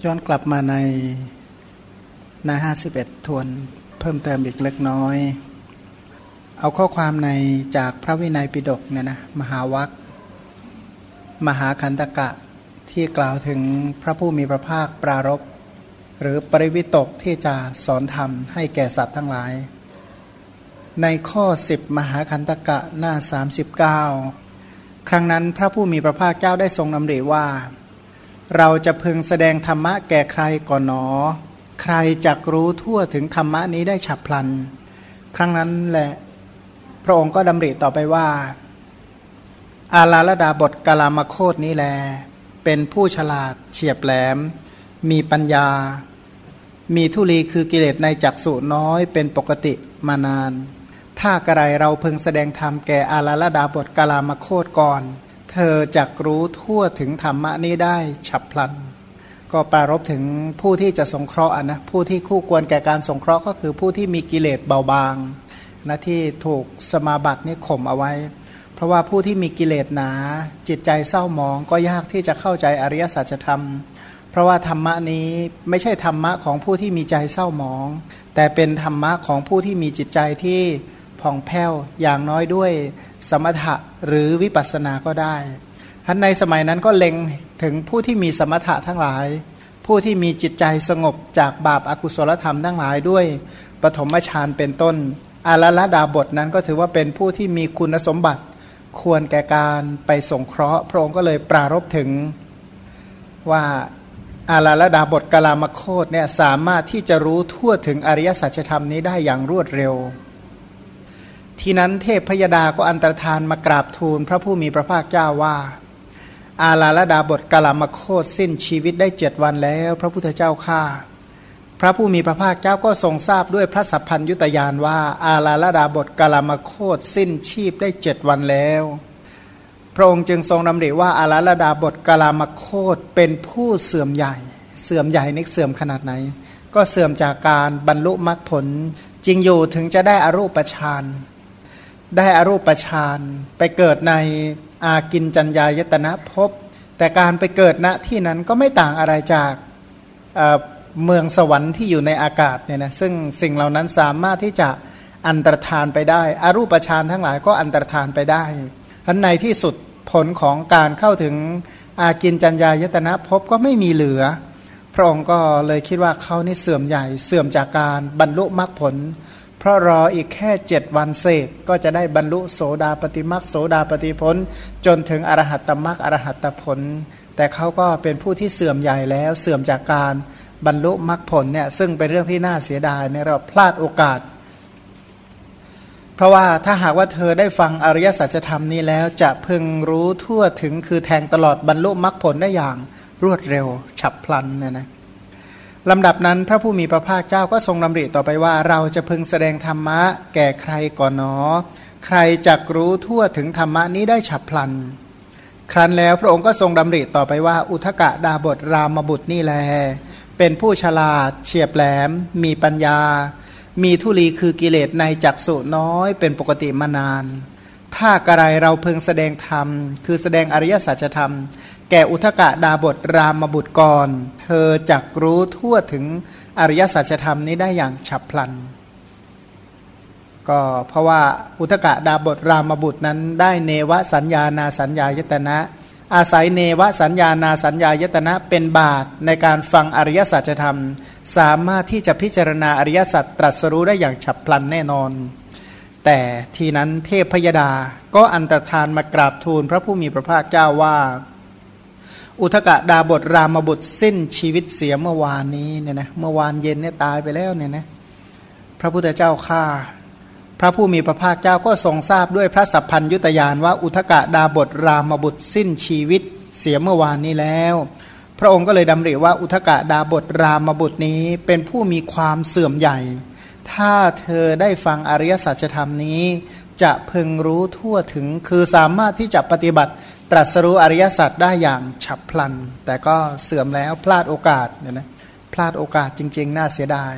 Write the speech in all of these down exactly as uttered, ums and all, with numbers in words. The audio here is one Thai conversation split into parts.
ย้อนกลับมาในหน้าห้าสิบเอ็ดทวนเพิ่มเติมอีกเล็กน้อยเอาข้อความในจากพระวินัยปิฎกเนี่ยนะมหาวรรคมหาคันตกะที่กล่าวถึงพระผู้มีพระภาคปรารภหรือปริวิตกที่จะสอนธรรมให้แก่สัตว์ทั้งหลายในข้อสิบมหาคันตกะหน้าสามสิบเก้าครั้งนั้นพระผู้มีพระภาคเจ้าได้ทรงดำริว่าเราจะพึงแสดงธรรมะแก่ใครก่อนหนอใครจักรู้ทั่วถึงธรรมะนี้ได้ฉับพลันครั้งนั้นแหละพระองค์ก็ดำริต่อไปว่าอาลาลดาบทกาลามโคตนี้แลเป็นผู้ฉลาดเฉียบแหลมมีปัญญามีทุลีคือกิเลสในจักษุน้อยเป็นปกติมานานถ้ากระไรเราพึงแสดงธรรมแก่อาลาลดาบทกาลามโคตก่อนเธอจักรู้ทั่วถึงธรรมะนี้ได้ฉับพลันก็ปรารภถึงผู้ที่จะสงเคราะห์นะผู้ที่คู่ควรแก่การสงเคราะห์ก็คือผู้ที่มีกิเลสเบาบางนะที่ถูกสมาบัตินี่ข่มเอาไว้เพราะว่าผู้ที่มีกิเลสหนาจิตใจเศร้าหมองก็ยากที่จะเข้าใจอริยสัจธรรมเพราะว่าธรรมะนี้ไม่ใช่ธรรมะของผู้ที่มีใจเศร้าหมองแต่เป็นธรรมะของผู้ที่มีจิตใจที่ผ่องแผ้วอย่างน้อยด้วยสมถะหรือวิปัสสนาก็ได้ท่านในสมัยนั้นก็เล็งถึงผู้ที่มีสมถะทั้งหลายผู้ที่มีจิตใจสงบจากบาปอกุศลธรรมทั้งหลายด้วยปฐมฌานเป็นต้นอาลาลดาบทนั้นก็ถือว่าเป็นผู้ที่มีคุณสมบัติควรแก่การไปสงเคราะห์พระองค์ก็เลยปรารภถึงว่าอาลาลดาบทกาลามโคตเนี่ยสามารถที่จะรู้ทั่วถึงอริยสัจธรรมนี้ได้อย่างรวดเร็วทีนั้นเทพพยดาก็อันตรธานมากราบทูลพระผู้มีพระภาคเจ้าว่าอาลาลดาบทกาลามโคตสิ้นชีวิตได้เจ็ดวันแล้วพระพุทธเจ้าข้าพระผู้มีพระภาคเจ้าก็ทรงทราบด้วยพระสัพพัญญุตญาณว่าอาลาลดาบทกาลามโคตสิ้นชีพได้เจ็ดวันแล้วพระองค์จึงทรงดำริว่าอาลาลดาบทกาลามโคตเป็นผู้เสื่อมใหญ่เสื่อมใหญ่นี่เสื่อมขนาดไหนก็เสื่อมจากการบรรลุมรรคผลจริงอยู่ถึงจะได้อรูปฌานได้อรูปฌานไปเกิดในอากินจัญญายตนะภพแต่การไปเกิดณที่นั้นก็ไม่ต่างอะไรจากเอ่อเมืองสวรรค์ที่อยู่ในอากาศเนี่ยนะซึ่งสิ่งเหล่านั้นสามารถที่จะอันตรธานไปได้อรูปฌานทั้งหลายก็อันตรธานไปได้ทั้นในที่สุดผลของการเข้าถึงอากินจัญญายตนะภพก็ไม่มีเหลือพระองค์ก็เลยคิดว่าเขานี่เสื่อมใหญ่เสื่อมจากการบรรลุมรรคผลเพราะรออีกแค่เจ็ดวันเศษก็จะได้บรรลุโสดาปฏิมรรคโสดาปฏิผลจนถึงอรหัตตมรรคอรหัตตผลแต่เขาก็เป็นผู้ที่เสื่อมใหญ่แล้วเสื่อมจากการบรรลุมรรคผลเนี่ยซึ่งเป็นเรื่องที่น่าเสียดายในเราพลาดโอกาสเพราะว่าถ้าหากว่าเธอได้ฟังอริยสัจธรรมนี้แล้วจะพึงรู้ทั่วถึงคือแทงตลอดบรรลุมรรคผลได้อย่างรวดเร็วฉับพลันเนี่ยนะลำดับนั้นพระผู้มีพระภาคเจ้าก็ทรงดำริต่อไปว่าเราจะพึงแสดงธรรมะแก่ใครก่อนหนอใครจักรู้ทั่วถึงธรรมะนี้ได้ฉับพลันครั้นแล้วพระองค์ก็ทรงดำริต่อไปว่าอุทกดาบทรามบุตรนี่แลเป็นผู้ฉลาดเฉียบแหลมมีปัญญามีทุลีคือกิเลสในจักษุน้อยเป็นปกติมานานถ้ากระไรเราพึงแสดงธรรมคือแสดงอริยสัจธรรมแก่อุทกดาบทรามบุตรก่อนเธอจักรู้ทั่วถึงอริยสัจธรรมนี้ได้อย่างฉับพลันก็เพราะว่าอุทกดาบทรามบุตรนั้นได้เนวสัญญานาสัญญายตนะอาศัยเนวสัญญานาสัญญายตนะเป็นบาตรในการฟังอริยสัจธรรมสามารถที่จะพิจารณาอริยสัจตรัสรู้ได้อย่างฉับพลันแน่นอนแต่ทีนั้นเทพพยดาก็อันตรธานมากราบทูลพระผู้มีพระภาคเจ้าว่าอุทกดาบทรามบุตรสิ้นชีวิตเสียเมื่อวานนี้เนี่ยนะเมื่อวานเย็นเนี่ยตายไปแล้วเนี่ยนะพระพุทธเจ้าข้าพระผู้มีพระภาคเจ้าก็ทรงทราบด้วยพระสัพพัญญุตญาณว่าอุทกดาบทรามบุตรสิ้นชีวิตเสียเมื่อวานนี้แล้วพระองค์ก็เลยดำริว่าอุทกดาบทรามบุตรนี้เป็นผู้มีความเสื่อมใหญ่ถ้าเธอได้ฟังอริยสัจธรรมนี้จะพึงรู้ทั่วถึงคือสามารถที่จะปฏิบัติตรัสรู้อริยสัจได้อย่างฉับพลันแต่ก็เสื่อมแล้วพลาดโอกาสเนี่ยนะพลาดโอกาสจริงๆน่าเสียดาย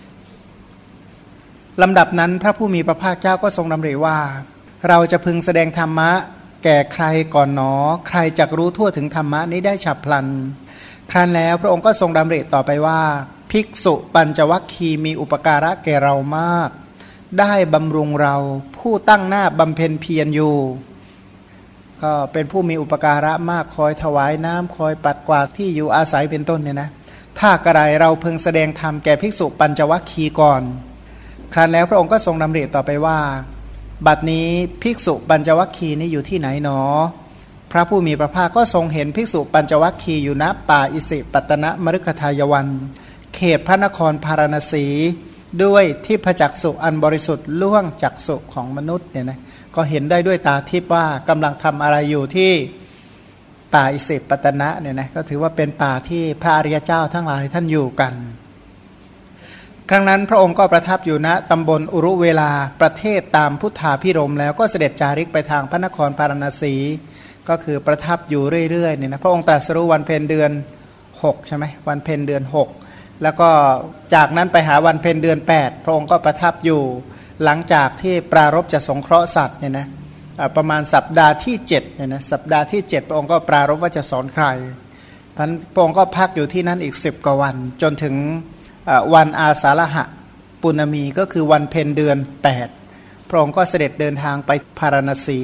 ลำดับนั้นพระผู้มีพระภาคเจ้าก็ทรงดำริว่าเราจะพึงแสดงธรรมะแก่ใครก่อนหนอใครจักรู้ทั่วถึงธรรมะนี้ได้ฉับพลันครั้นแล้วพระองค์ก็ทรงดำริต่อไปว่าภิกษุปัญจวัคคีย์มีอุปการะแก่เรามากได้บำรุงเราผู้ตั้งหน้าบำเพ็ญเพียรอยู่ก็เป็นผู้มีอุปการะมากคอยถวายน้ำคอยปัดกวาดที่อยู่อาศัยเป็นต้นเนี่ยนะถ้ากระไรเราพึงแสดงธรรมแก่ภิกษุปัญจวัคคีย์ก่อนครั้นแล้วพระองค์ก็ทรงดำริต่อไปว่าบัดนี้ภิกษุปัญจวัคคีย์นี้อยู่ที่ไหนหนอพระผู้มีพระภาคก็ทรงเห็นภิกษุปัญจวัคคีย์อยู่ณป่าอิสิปตนมฤคทายวันเขตพระนครพาราณสีด้วยทิพจักษุอันบริสุทธิ์ล่วงจักษุของมนุษย์เนี่ยนะก็เห็นได้ด้วยตาทิพว่ากำลังทำอะไรอยู่ที่ป่าอิสิปตนะเนี่ยนะก็ถือว่าเป็นป่าที่พระอริยเจ้าทั้งหลายท่านอยู่กันครั้งนั้นพระองค์ก็ประทับอยู่ณตำบลอุรุเวลาประเทศตามพุทธาภิรมย์แล้วก็เสด็จจาริกไปทางพระนครพาราณสีก็คือประทับอยู่เรื่อยๆเนี่ยนะพระองค์ตรัสรู้วันเพ็ญเดือนหกใช่ไหมวันเพ็ญเดือนหกแล้วก็จากนั้นไปหาวันเพ็ญเดือนแปดพระองค์ก็ประทับอยู่หลังจากที่ปรารภจะสงเคราะห์สัตว์เนี่ยนะประมาณสัปดาห์ที่เจ็ดเนี่ยนะสัปดาห์ที่เจ็ดพระองค์ก็ปรารภว่าจะสอนใครท่านพระองค์ก็พักอยู่ที่นั่นอีกสิบกว่าวันจนถึงวันอาสาฬหะปุณมีก็คือวันเพ็ญเดือนแปดพระองค์ก็เสด็จเดินทางไปพาราณสี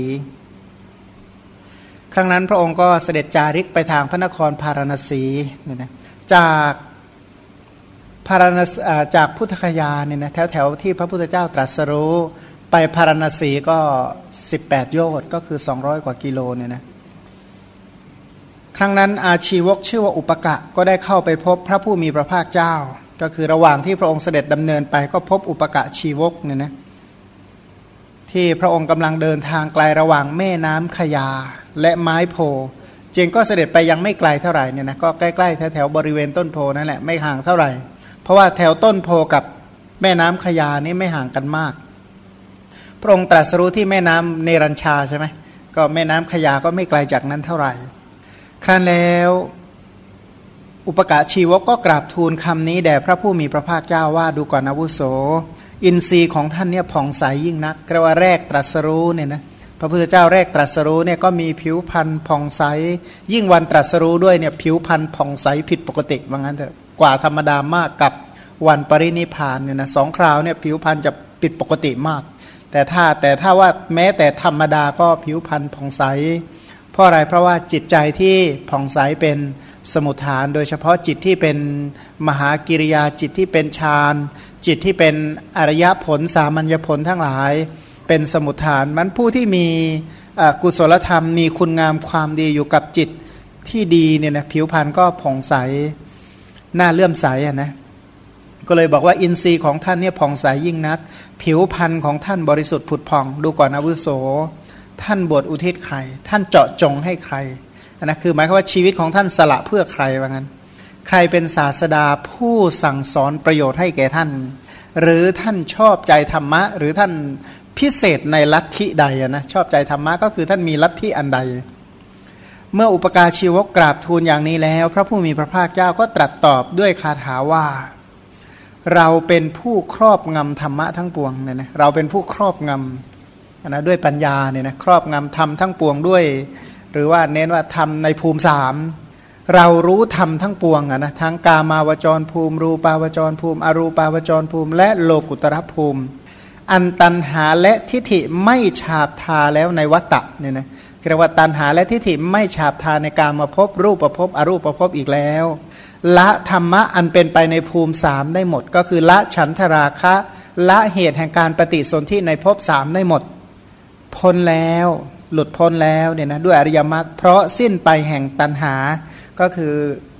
ครั้งนั้นพระองค์ก็เสด็จจาริกไปทางพระนครพาราณสีเนี่ยนะจากพาราณสีจากพุทธคยาเนี่ยนะแถวแถวที่พระพุทธเจ้าตรัสรู้ไปพาราณสีก็สิบแปดโยชน์ก็คือสองร้อยกว่ากิโลเนี่ยนะครั้งนั้นอาชีวกชื่อว่าอุปกะก็ได้เข้าไปพบพระผู้มีพระภาคเจ้าก็คือระหว่างที่พระองค์เสด็จดำเนินไปก็พบอุปกะชีวกเนี่ยนะที่พระองค์กำลังเดินทางไกลระหว่างแม่น้ำขยาและไม้โพเจงก็เสด็จไปยังไม่ไกลเท่าไหร่เนี่ยนะก็ใกล้ๆแถวๆบริเวณต้นโพนั่นแหละไม่ห่างเท่าไหร่เพราะว่าแถวต้นโพกับแม่น้ำขยานี่ไม่ห่างกันมากพระองค์ตรัสรู้ที่แม่น้ำเนรัญชาใช่ไหมก็แม่น้ำขยาก็ไม่ไกลจากนั้นเท่าไหร่ครั้นแล้วอุปกะชีวกก็กราบทูลคำนี้แด่พระผู้มีพระภาคเจ้าว่าดูก่อนอาวุโสอินทรีย์ของท่านเนี่ยผ่องใสยิ่งนักเรียกว่าแรกตรัสรู้เนี่ยนะพระพุทธเจ้าแรกตรัสรู้เนี่ยก็มีผิวพรรณผ่องใสยิ่งวันตรัสรู้ด้วยเนี่ยผิวพรรณผ่องใสผิดปกติว่างั้นเถอะกว่าธรรมดามากกับวันปรินิพพานเนี่ยนะสองคราวเนี่ยผิวพรรณจะผิดปกติมากแต่ถ้าแต่ถ้าว่าแม้แต่ธรรมดาก็ผิวพรรณผ่องใสเพราะอะไรเพราะว่าจิตใจที่ผ่องใสเป็นสมุทฐานโดยเฉพาะจิตที่เป็นมหากิริยาจิตที่เป็นฌานจิตที่เป็นอริยผลสามัญญผลทั้งหลายเป็นสมุทฐานมันผู้ที่มีกุศลธรรมมีคุณงามความดีอยู่กับจิตที่ดีเนี่ยนะผิวพรรณก็ผ่องใสน่าเลื่อมใสอ่ะนะก็เลยบอกว่าอินทรีย์ของท่านเนี่ยผ่องใสยิ่งนักผิวพรรณของท่านบริสุทธิ์ผุดผ่องดูก่อนอาวุโสท่านบวชอุทิศใครท่านเจาะจงให้ใครนะคือหมายความว่าชีวิตของท่านสละเพื่อใครว่างั้นใครเป็นศาสดาผู้สั่งสอนประโยชน์ให้แก่ท่านหรือท่านชอบใจธรรมะหรือท่านพิเศษในลัทธิใดนะชอบใจธรรมะก็คือท่านมีลัทธิอันใดเมื่ออุปการชีวกกราบทูลอย่างนี้แล้วพระผู้มีพระภาคเจ้าก็ตรัสตอบด้วยคาถาว่าเราเป็นผู้ครอบงำธรรมะทั้งปวงเนี่ยนะเราเป็นผู้ครอบงำนะด้วยปัญญาเนี่ยนะครอบงำธรรมทั้งปวงด้วยหรือว่าเน้นว่าธรรมในภูมิสามเรารู้ธรรมทั้งปวงอะนะทั้งกามาวจรภูมิรูปาวจรภูมิอรูปาวจรภูมิและโลกุตรภูมิอันตันหาและทิฏฐิไม่ฉาบทาแล้วในวัฏฏะเนี่ยนะเรียกว่าตันหาและทิฏฐิไม่ฉาบทาในการมาพบรูปประพบอรูปประพบอีกแล้วละธรรมะอันเป็นไปในภูมิสามได้หมดก็คือละฉันทราคะละเหตุแห่งการปฏิสนธิในภพสามได้หมดพ้นแล้วหลุดพ้นแล้วเนี่ยนะด้วยอริยมรรคเพราะสิ้นไปแห่งตัณหาก็คือ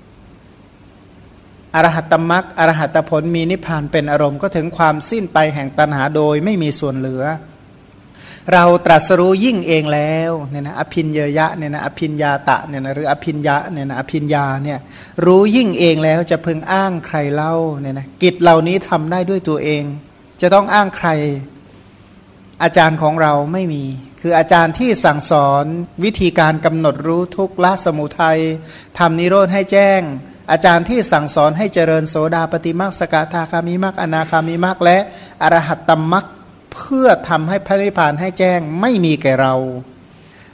อรหัตตมรรคอรหัตผลมีนิพพานเป็นอารมณ์ก็ถึงความสิ้นไปแห่งตัณหาโดยไม่มีส่วนเหลือเราตรัสรู้ยิ่งเองแล้วเนี่ยนะอภินเยยะเนี่ยนะอภินญาตะเนี่ยนะหรืออภินยะเนี่ยนะอภินญาเนี่ยรู้ยิ่งเองแล้วจะพึงอ้างใครเล่าเนี่ยนะกิจเหล่านี้ทำได้ด้วยตัวเองจะต้องอ้างใครอาจารย์ของเราไม่มีคืออาจารย์ที่สั่งสอนวิธีการกำหนดรู้ทุกข์ละสมุทัยทำนิโรธให้แจ้งอาจารย์ที่สั่งสอนให้เจริญโสดาปฏิมรรคสกทาคามิมรรคอนาคามิมรรคและอรหัตตมรรคเพื่อทำให้พระนิพพานให้แจ้งไม่มีแก่เรา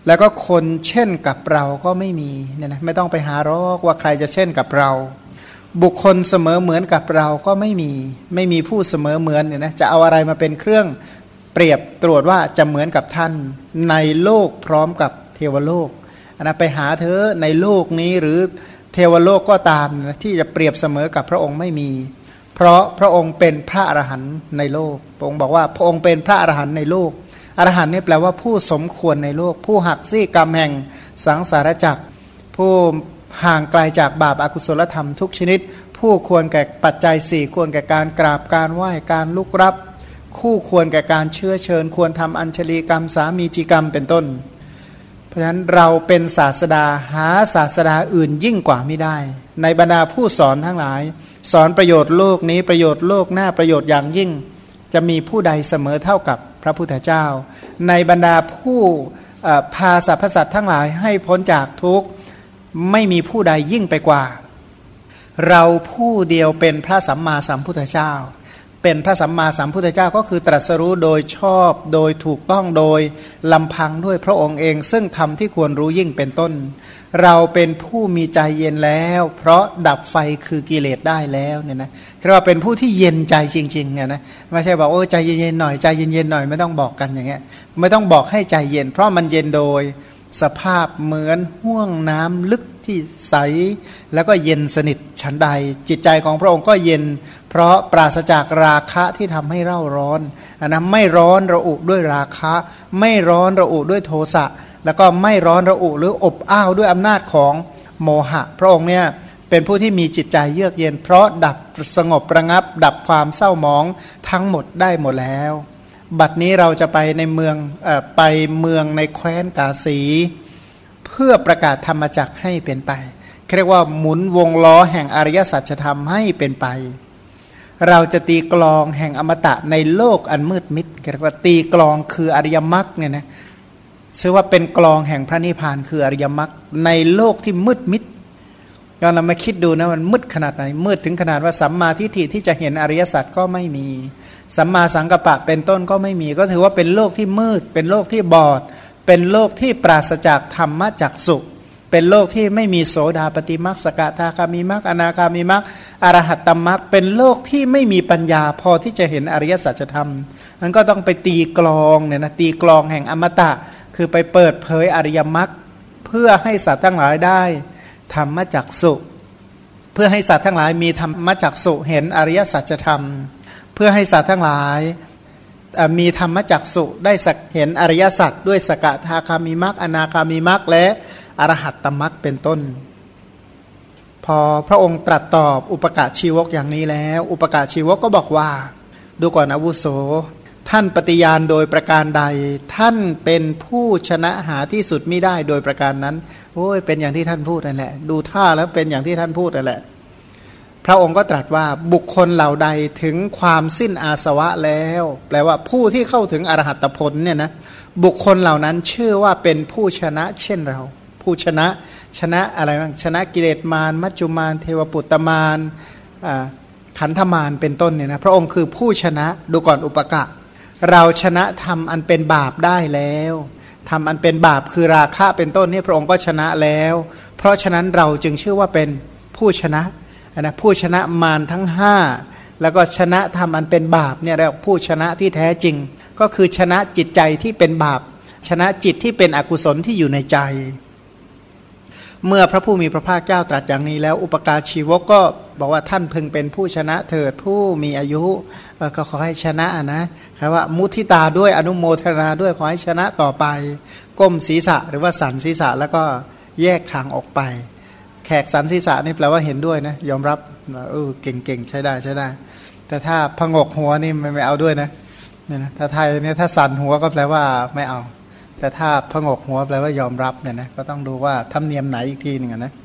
แล้วก็คนเช่นกับเราก็ไม่มีเนี่ยนะไม่ต้องไปหารอกว่าใครจะเช่นกับเราบุคคลเสมอเหมือนกับเราก็ไม่มีไม่มีผู้เสมอเหมือนเนี่ยนะจะเอาอะไรมาเป็นเครื่องเปรียบตรวจว่าจะเหมือนกับท่านในโลกพร้อมกับเทวโลกนะไปหาเธอในโลกนี้หรือเทวโลกก็ตามนะที่จะเปรียบเสมอกับพระองค์ไม่มีเพราะพระองค์เป็นพระอรหันต์ในโลกพระองค์บอกว่าพระองค์เป็นพระอรหันต์ในโลกอรหันต์นี่แปลว่าผู้สมควรในโลกผู้หักซี่กรรมแห่งสังสารวัฏผู้ห่างไกลจากบาปอกุศลธรรมทุกชนิดผู้ควรแก่ปัจจัยสี่ควรแก่การกราบการไหว้การลุกรับคู่ควรแก่การเชื้อเชิญควรทำอัญชลีกรรมสามีจิกรรมเป็นต้นเพราะฉะนั้นเราเป็นศาสดาหาศาสดาอื่นยิ่งกว่าไม่ได้ในบรรดาผู้สอนทั้งหลายสอนประโยชน์โลกนี้ประโยชน์โลกหน้าประโยชน์อย่างยิ่งจะมีผู้ใดเสมอเท่ากับพระพุทธเจ้าในบรรดาผู้พาสรรพสัตว์ทั้งหลายให้พ้นจากทุกข์ไม่มีผู้ใดยิ่งไปกว่าเราผู้เดียวเป็นพระสัมมาสัมพุทธเจ้าเป็นพระสัมมาสัมพุทธเจ้าก็คือตรัสรู้โดยชอบโดยถูกต้องโดยลำพังด้วยพระองค์เองซึ่งทำที่ควรรู้ยิ่งเป็นต้นเราเป็นผู้มีใจเย็นแล้วเพราะดับไฟคือกิเลสได้แล้วเนี่ยนะคือว่าเป็นผู้ที่เย็นใจจริงๆเนี่ยนะไม่ใช่บอกโอ้ใจเย็นๆหน่อยใจเย็นๆหน่อยไม่ต้องบอกกันอย่างเงี้ยไม่ต้องบอกให้ใจเย็นเพราะมันเย็นโดยสภาพเหมือนห้วงน้ำลึกที่ใสแล้วก็เย็นสนิทฉันใดจิตใจของพระองค์ก็เย็นเพราะปราศจากราคะที่ทำให้เร่าร้อนอันนั้นไม่ร้อนระอุด้วยราคะไม่ร้อนระอุด้วยโทสะแล้วก็ไม่ร้อนระอุหรืออบอ้าวด้วยอำนาจของโมหะพระองค์เนี่ยเป็นผู้ที่มีจิตใจเยือกเย็นเพราะดับสงบระงับดับความเศร้าหมองทั้งหมดได้หมดแล้วบัดนี้เราจะไปในเมืองเอ่อไปเมืองในแคว้นกาสีเพื่อประกาศธรรมจักรให้เป็นไปเรียกว่าหมุนวงล้อแห่งอริยสัจธรรมให้เป็นไปเราจะตีกลองแห่งอมตะในโลกอันมืดมิดเรียกว่าตีกลองคืออริยมรรคเนี่ยนะชื่อว่าเป็นกลองแห่งพระนิพพานคืออริยมรรคในโลกที่มืดมิดก็เรามาคิดดูนะมันมืดขนาดไหนมืดถึงขนาดว่าสัมมาทิฏฐิที่จะเห็นอริยสัจก็ไม่มีสัมมาสังกัปปะเป็นต้นก็ไม่มีก็ถือว่าเป็นโลกที่มืดเป็นโลกที่บอดเป็นโลกที่ปราศจากธรรมจักสุเป็นโลกที่ไม่มีโสดาปฏิมรรคสกทาคามิมรรคอนาคามิมรรคอรหัตตมรรคเป็นโลกที่ไม่มีปัญญาพอที่จะเห็นอริยสัจธรรมนั้นก็ต้องไปตีกลองเนี่ยนะตีกลองแห่งอมตะคือไปเปิดเผยอริยมรรคเพื่อให้สัตว์ทั้งหลายได้ธรรมจักสุเพื่อให้สัตว์ทั้งหลายมีธรรมจักสุเห็นอริยสัจธรรมเพื่อให้สัตว์ทั้งหลายมีธรรมจักสุได้สักเห็นอริยสัจด้วยสกทาคามิมรรคอนาคามิมรรคและอรหัตตมรรคเป็นต้นพอพระองค์ตรัสตอบอุปการชีวกอย่างนี้แล้วอุปการชีวกก็บอกว่าดูก่อนอาวุโสท่านปฏิญาณโดยประการใดท่านเป็นผู้ชนะหาที่สุดมิได้โดยประการนั้นโอ้ยเป็นอย่างที่ท่านพูดนั่นแหละดูท่าแล้วเป็นอย่างที่ท่านพูดนั่นแหละพระองค์ก็ตรัสว่าบุคคลเหล่าใดถึงความสิ้นอาสวะแล้วแปลว่าผู้ที่เข้าถึงอรหัตผลเนี่ยนะบุคคลเหล่านั้นชื่อว่าเป็นผู้ชนะเช่นเราผู้ชนะชนะอะไรบ้างชนะกิเลสมารมัจจุมารเทวปุตตมารขันธมารเป็นต้นเนี่ยนะพระองค์คือผู้ชนะดูก่อนอุปกะเราชนะทำอันเป็นบาปได้แล้วทำอันเป็นบาปคือราคะเป็นต้นนี่พระองค์ก็ชนะแล้วเพราะฉะนั้นเราจึงชื่อว่าเป็นผู้ชนะนะผู้ชนะมารทั้งห้าแล้วก็ชนะทำอันเป็นบาปเนี่ยเรียกผู้ชนะที่แท้จริงก็คือชนะจิตใจที่เป็นบาปชนะจิตที่เป็นอกุศลที่อยู่ในใจเมื่อพระผู้มีพระภาคเจ้าตรัสอย่างนี้แล้วอุปการชีวกก็บอกว่าท่านพึงเป็นผู้ชนะเถิดผู้มีอายุก็ขอให้ชนะนะคำว่ามุทิตาด้วยอนุโมทนาด้วยขอให้ชนะต่อไปก้มศีรษะหรือว่าสันศีรษะแล้วก็แยกทางออกไปแขกสันศีรษะนี่แปลว่าเห็นด้วยนะยอมรับเออเก่งๆใช้ได้ใช้ได้แต่ถ้าพงกหัวนี่ไม่เอาด้วยนะเนี่ยนะถ้าไทยเนี่ยถ้าสั่นหัวก็แปลว่าไม่เอาแต่ถ้าพงกหัวแปลว่ายอมรับเนี่ยนะก็ต้องดูว่าธรรมเนียมไหนอีกทีหนึ่งนะ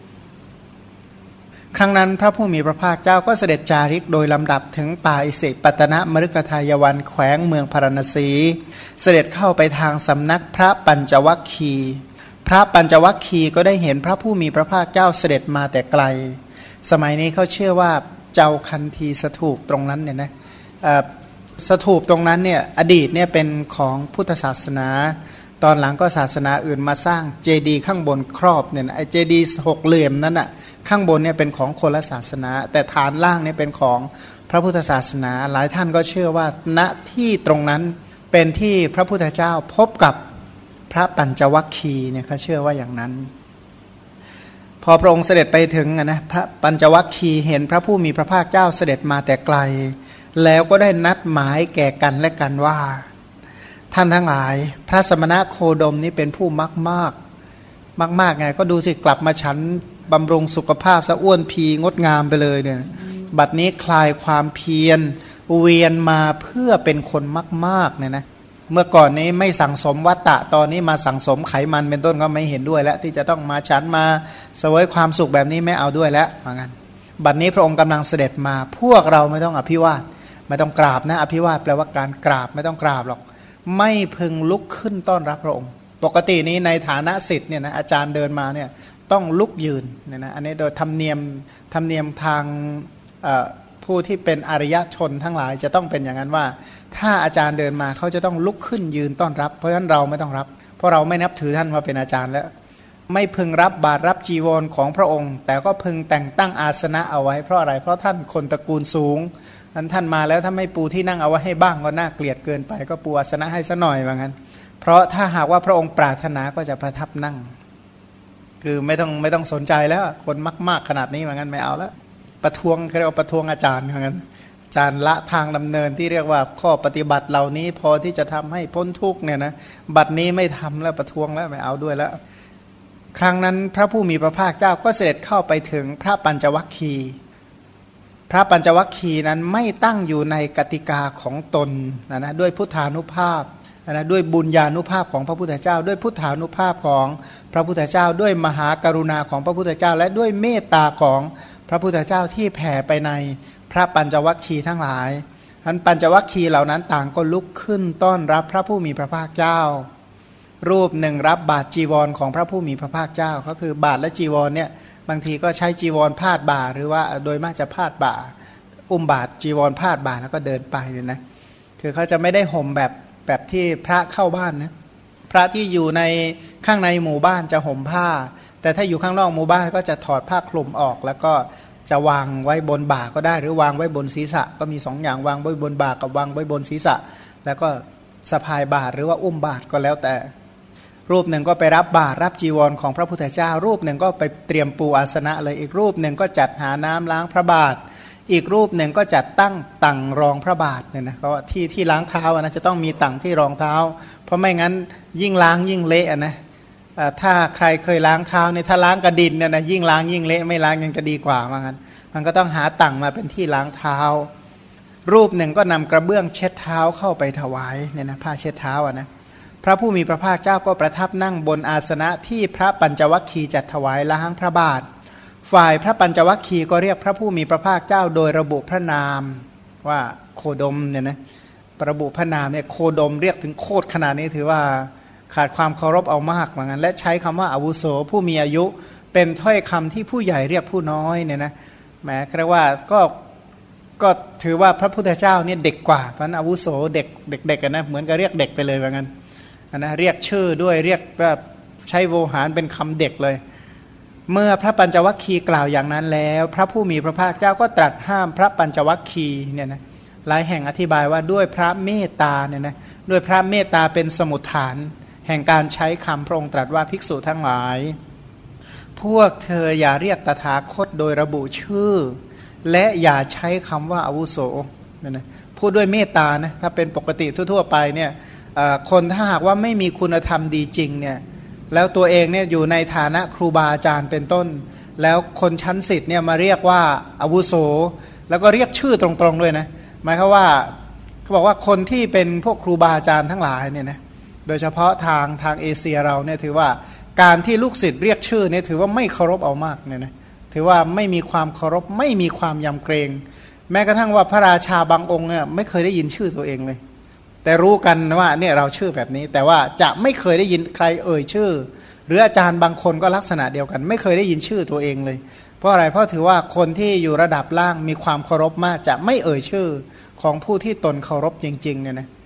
ครั้งนั้นพระผู้มีพระภาคเจ้าก็เสด็จจาริกโดยลำดับถึงป่าอิสิปตนมฤคทายวันแขวงเมืองพาราณสีเสด็จเข้าไปทางสำนักพระปัญจวัคคีย์พระปัญจวัคคีย์ก็ได้เห็นพระผู้มีพระภาคเจ้าเสด็จมาแต่ไกลสมัยนี้เขาเชื่อว่าเจ้าคันธีสถูปตรงนั้นเนี่ยนะสถูปตรงนั้นเนี่ยอดีตเนี่ยเป็นของพุทธศาสนาตอนหลังก็ศาสนาอื่นมาสร้างเจดีย์ข้างบนครอบเนี่ยไอเจดีย์หกเหลี่ยมนั้นอ่ะข้างบนเนี่ยเป็นของคนละศาสนาแต่ฐานล่างเนี่ยเป็นของพระพุทธศาสนาหลายท่านก็เชื่อว่าณที่ตรงนั้นเป็นที่พระพุทธเจ้าพบกับพระปัญจวัคคีย์เนี่ยเขาเชื่อว่าอย่างนั้นพอพระองค์เสด็จไปถึงนะพระปัญจวัคคีย์เห็นพระผู้มีพระภาคเจ้าเสด็จมาแต่ไกลแล้วก็ได้นัดหมายแก่กันและกันว่าท่านทั้งหลายพระสมณะโคดมนี้เป็นผู้มากมากมากมากไงก็ดูสิกลับมาฉันบำรุงสุขภาพสะอ้วนพีงดงามไปเลยเนี่ยบัดนี้คลายความเพียรเวียนมาเพื่อเป็นคนมากๆเนี่ยนะเมื่อก่อนนี้ไม่สั่งสมวัตตะตอนนี้มาสั่งสมไขมันเป็นต้นก็ไม่เห็นด้วยแล้วที่จะต้องมาฉันมาเสวยความสุขแบบนี้ไม่เอาด้วยแล้วเหมือนกันบัดนี้พระองค์กำลังเสด็จมาพวกเราไม่ต้องอภิวาทไม่ต้องกราบนะอภิวาทแปลว่าการกราบไม่ต้องกราบหรอกไม่พึงลุกขึ้นต้อนรับพระองค์ปกตินี้ในฐานะศิษย์เนี่ยนะอาจารย์เดินมาเนี่ยต้องลุกยืนเนี่ยนะอันนี้โดยธรรมเนียมธรรมเนียมทางผู้ที่เป็นอริยชนทั้งหลายจะต้องเป็นอย่างนั้นว่าถ้าอาจารย์เดินมาเขาจะต้องลุกขึ้นยืนต้อนรับเพราะฉะนั้นเราไม่ต้องรับเพราะเราไม่นับถือท่านมาเป็นอาจารย์แล้วไม่พึงรับบาตรรับจีวรของพระองค์แต่ก็พึงแต่งตั้งอาสนะเอาไว้เพราะอะไรเพราะท่านคนตระกูลสูงท่านท่านมาแล้วถ้าไม่ปูที่นั่งเอาไว้ให้บ้างก็น่าเกลียดเกินไปก็ปูอาสนะให้ซะหน่อยว่างั้นเพราะถ้าหากว่าพระองค์ปรารถนาก็จะประทับนั่งคือไม่ต้องไม่ต้องสนใจแล้วคนมากๆขนาดนี้ว่างั้นไม่เอาแล้วประท้วงเรียกว่าประท้วงอาจารย์ว่างั้นอาจารย์ละทางดำเนินที่เรียกว่าข้อปฏิบัติเหล่านี้พอที่จะทำให้พ้นทุกข์เนี่ยนะบัดนี้ไม่ทำแล้วประท้วงแล้วไม่เอาด้วยแล้วครั้งนั้นพระผู้มีพระภาคเจ้าก็เสด็จเข้าไปถึงพระปัญจวัคคีย์พระปัญจวัคคีย์นั้นไม่ตั้งอยู่ในกติกาของตนนะนะด้วยพุทธานุภาพนะด้วยบุญญาณุภาพของพระพุทธเจ้าด้วยพุทธานุภาพของพระพุทธเจ้าด้วยมหากรุณาของพระพุทธเจ้าและด้วยเมตตาของพระพุทธเจ้าที่แผ่ไปในพระปัญจวัคคีย์ทั้งหลายท่านปัญจวัคคีย์เหล่านั้นต่างก็ลุกขึ้นต้อนรับพระผู้มีพระภาคเจ้ารูปหนึ่งรับบาตรจีวรของพระผู้มีพระภาคเจ้าก็คือบาตรและจีวรเนี่ยบางทีก็ใช้จีวรพาดบ่าหรือว่าโดยมากจะพาดบ่าอุ้มบาตรจีวรพาดบ่าแล้วก็เดินไปเนี่ยนะคือเขาจะไม่ได้ห่มแบบแบบที่พระเข้าบ้านนะพระที่อยู่ในข้างในหมู่บ้านจะห่มผ้าแต่ถ้าอยู่ข้างนอกหมู่บ้านก็จะถอดผ้าคลุมออกแล้วก็จะวางไว้บนบ่าก็ได้หรือวางไว้บนศีรษะก็มีสองอย่างวางไว้บนบ่ากับวางไว้บนศีรษะแล้วก็สะพายบาตรหรือว่าอุ้มบาตรก็แล้วแต่รูปหนึ่งก็ไปรับบาตรรับจีวรของพระพุทธเจ้ารูปหนึ่งก็ไปเตรียมปูอาสนะเลยอีกรูปหนึ่งก็จัดหาน้ำล้างพระบาทอีกรูปหนึ่งก็จัดตั้งตังรองพระบาทเนี่ยนะก็ที่ที่ล้างเท้านะจะต้องมีตังที่รองเท้าเพราะไม่งั้นยิ่งล้างยิ่งเละนะถ้าใครเคยล้างเท้าเนี่ยถ้าล้างกระดินเนี่ยนะยิ่งล้างยิ่งเละไม่ล้างยังจะดีกว่าว่างั้นมันก็ต้องหาตังมาเป็นที่ล้างเท้ารูปหนึ่งก็นำกระเบื้องเช็ดเท้าเข้าไปถวายเนี่ยนะผ้าเช็ดเท้าอ่ะนะพระผู้มีพระภาคเจ้าก็ประทับนั่งบนอาสนะที่พระปัญจวัคคีย์จัดถวายล้างพระบาทฝ่ายพระปัญจวัคคีย์ก็เรียกพระผู้มีพระภาคเจ้าโดยระบุพระนามว่าโคดมเนี่ยนะระบุพระนามเนี่ยโคดมเรียกถึงโคตรขนาดนี้ถือว่าขาดความเคารพเอามากเหมือนกันและใช้คำว่าอาวุโสผู้มีอายุเป็นถ้อยคำที่ผู้ใหญ่เรียกผู้น้อยเนี่ยนะแหมเรียกว่าก็ก็ถือว่าพระพุทธเจ้าเนี่ยเด็กกว่าเพราะนั้นอาวุโสเด็กเด็กๆกันนะเหมือนกับเรียกเด็กไปเลยเหมือนกันนะเรียกชื่อด้วยเรียกแบบใช้โวหารเป็นคำเด็กเลยเมื่อพระปัญจวัคคีย์กล่าวอย่างนั้นแล้วพระผู้มีพระภาคเจ้าก็ตรัสห้ามพระปัญจวัคคีย์เนี่ยนะหลายแห่งอธิบายว่าด้วยพระเมตตาเนี่ยนะด้วยพระเมตตาเป็นสมุฏฐานแห่งการใช้คำพระองค์ตรัสว่าภิกษุทั้งหลายพวกเธออย่าเรียกตถาคตโดยระบุชื่อและอย่าใช้คำว่าอาวุโสเนี่ยนะพูดด้วยเมตตานะถ้าเป็นปกติทั่วๆไปเนี่ยคนถ้าหากว่าไม่มีคุณธรรมดีจริงเนี่ยแล้วตัวเองเนี่ยอยู่ในฐานะครูบาอาจารย์เป็นต้นแล้วคนชั้นศิษย์เนี่ยมาเรียกว่าอาวุโสแล้วก็เรียกชื่อตรงๆด้วยนะหมายความว่าเขาบอกว่าคนที่เป็นพวกครูบาอาจารย์ทั้งหลายเนี่ยนะโดยเฉพาะทางทางเอเชียเราเนี่ยถือว่าการที่ลูกศิษย์เรียกชื่อเนี่ยถือว่าไม่เคารพเอามากเนี่ยนะถือว่าไม่มีความเคารพไม่มีความยำเกรงแม้กระทั่งว่าพระราชาบางองค์เนี่ยไม่เคยได้ยินชื่อตัวเองเลยแต่รู้กันว่าเนี่ยเราชื่อแบบนี้แต่ว่าจะไม่เคยได้ยินใครเอ่ยชื่อหรืออาจารย์บางคนก็ลักษณะเดียวกันไม่เคยได้ยินชื่อตัวเองเลยเพราะอะไรเพราะถือว่าคนที่อยู่ระดับล่างมีความเคารพมากจะไม่เอ่ยชื่อของผู้ที่ตนเคารพจริงๆเนี่ยนะ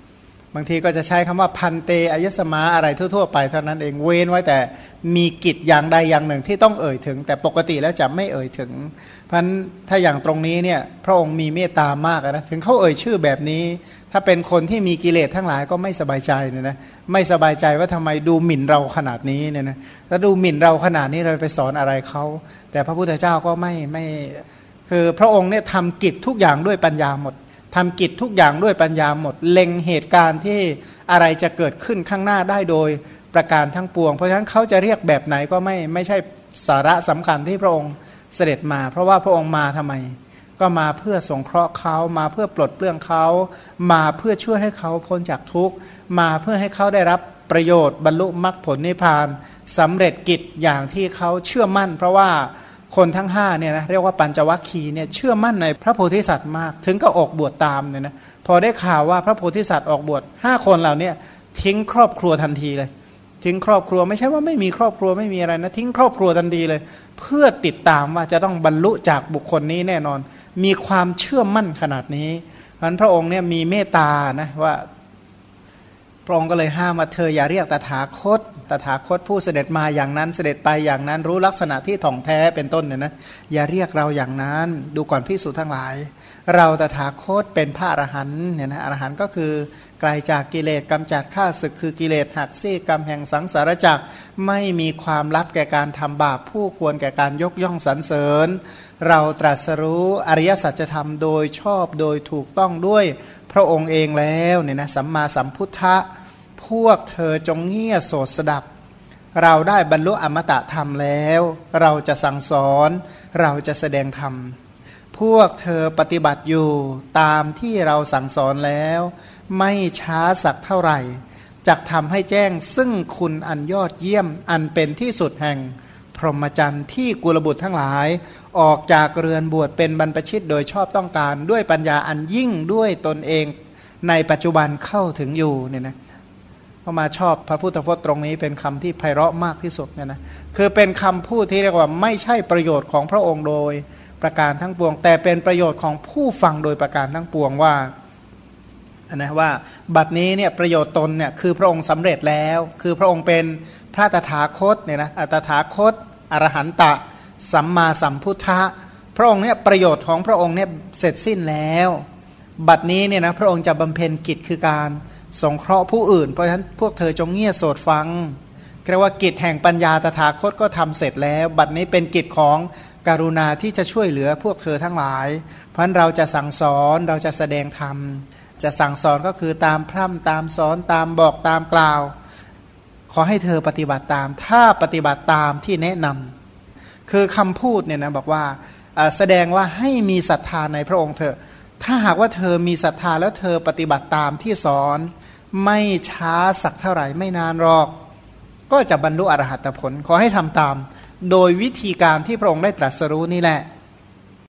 บางทีก็จะใช้คำว่าพันเตอายสมาอะไรทั่วๆไปเท่านั้นเองเว้นไว้แต่มีกิจอย่างใดอย่างหนึ่งที่ต้องเอ่ยถึงแต่ปกติแล้วจะไม่เอ่ยถึงเพราะฉะนั้นถ้าอย่างตรงนี้เนี่ยพระองค์มีเมตตามากนะถึงเขาเอ่ยชื่อแบบนี้ถ้าเป็นคนที่มีกิเลสทั้งหลายก็ไม่สบายใจเนี่ยนะไม่สบายใจว่าทำไมดูหมิ่นเราขนาดนี้เนี่ยนะถ้าดูหมิ่นเราขนาดนี้เราไปสอนอะไรเขาแต่พระพุทธเจ้าก็ไม่ไม่คือพระองค์เนี่ยทำกิจทุกอย่างด้วยปัญญาหมดทำกิจทุกอย่างด้วยปัญญาหมดเล็งเหตุการณ์ที่อะไรจะเกิดขึ้นข้างหน้าได้โดยประการทั้งปวงเพราะฉะนั้นเขาจะเรียกแบบไหนก็ไม่ไม่ใช่สาระสำคัญที่พระองค์เสด็จมาเพราะว่าพระองค์มาทำไมก็มาเพื่อสงเคราะห์เขามาเพื่อปลดเปลื้องเขามาเพื่อช่วยให้เขาพ้นจากทุกข์มาเพื่อให้เขาได้รับประโยชน์บรรลุมรรคผลนิพพานสำเร็จกิจอย่างที่เขาเชื่อมั่นเพราะว่าคนทั้งห้าเนี่ยนะเรียกว่าปัญจวัคคีย์เนี่ยเชื่อมั่นในพระโพธิสัตว์มากถึงก็ออกบวชตามเนี่ยนะพอได้ข่าวว่าพระโพธิสัตว์ออกบวชห้าคนเหล่านี้ทิ้งครอบครัวทันทีเลยทิ้งครอบครัวไม่ใช่ว่าไม่มีครอบครัวไม่มีอะไรนะทิ้งครอบครัวทันทีเลยเพื่อติดตามว่าจะต้องบรรลุจากบุคคลนี้แน่นอนมีความเชื่อมั่นขนาดนี้เพราะฉะนั้นพระองค์เนี่ยมีเมตตานะว่าพระองค์ก็เลยห้ามว่าเธออย่าเรียกตถาคตตถาคตผู้เสด็จมาอย่างนั้นเสด็จไปอย่างนั้นรู้ลักษณะที่ถ่องแท้เป็นต้นเนี่ยนะอย่าเรียกเราอย่างนั้นดูก่อนภิกษุทั้งหลายเราตถาคตเป็นพระอรหันต์เนี่ยนะอรหันต์ก็คือไกลจากกิเลสกำจัดข้าศึกคือกิเลสหักซี่กรรมแห่งสังสารวัฏไม่มีความลับแก่การทำบาปผู้ควรแก่การยกย่องสรรเสริญเราตรัสรู้อริยสัจธรรมโดยชอบโดยถูกต้องด้วยพระองค์เองแล้วเนี่ยนะสัมมาสัมพุทธะพวกเธอจงเงี่ยโสดสดับเราได้บรรลุอมตะธรรมแล้วเราจะสั่งสอนเราจะแสดงธรรมพวกเธอปฏิบัติอยู่ตามที่เราสั่งสอนแล้วไม่ช้าสักเท่าไหร่จักทำให้แจ้งซึ่งคุณอันยอดเยี่ยมอันเป็นที่สุดแห่งพรหมจรรย์ที่กุลบุตรทั้งหลายออกจากเรือนบวชเป็นบรรพชิตโดยชอบต้องการด้วยปัญญาอันยิ่งด้วยตนเองในปัจจุบันเข้าถึงอยู่เนี่ยนะพอมาชอบพระพุทธพจน์ตรงนี้เป็นคำที่ไพเราะมากที่สุดเนี่ยนะคือเป็นคำพูดที่เรียกว่าไม่ใช่ประโยชน์ของพระองค์โดยประการทั้งปวงแต่เป็นประโยชน์ของผู้ฟังโดยประการทั้งปวงว่านะว่าบัดนี้เนี่ยประโยชน์ตนเนี่ยคือพระองค์สำเร็จแล้วคือพระองค์เป็นพระตถาคตเนี่ยนะตถาคตอรหันตะสัมมาสัมพุทธะพระองค์เนี่ยประโยชน์ของพระองค์เนี่ยเสร็จสิ้นแล้วบัดนี้เนี่ยนะพระองค์จะบำเพ็ญกิจคือการสงเคราะห์ผู้อื่นเพราะฉะนั้นพวกเธอจงเงี่ยโสดฟังเรียกว่ากิจแห่งปัญญาตถาคตก็ทำเสร็จแล้วบัดนี้เป็นกิจของกรุณาที่จะช่วยเหลือพวกเธอทั้งหลายเพราะฉะนั้นเราจะสั่งสอนเราจะแสดงธรรมจะสั่งสอนก็คือตามพร่ำตามสอนตามบอกตามกล่าวขอให้เธอปฏิบัติตามถ้าปฏิบัติตามที่แนะนำคือคำพูดเนี่ยนะบอกว่าแสดงว่าให้มีศรัทธาในพระองค์เถอะถ้าหากว่าเธอมีศรัทธาแล้วเธอปฏิบัติตามที่สอนไม่ช้าสักเท่าไหร่ไม่นานหรอกก็จะบรรลุอรหัตผลขอให้ทำตามโดยวิธีการที่พระองค์ได้ตรัสรู้นี่แหละ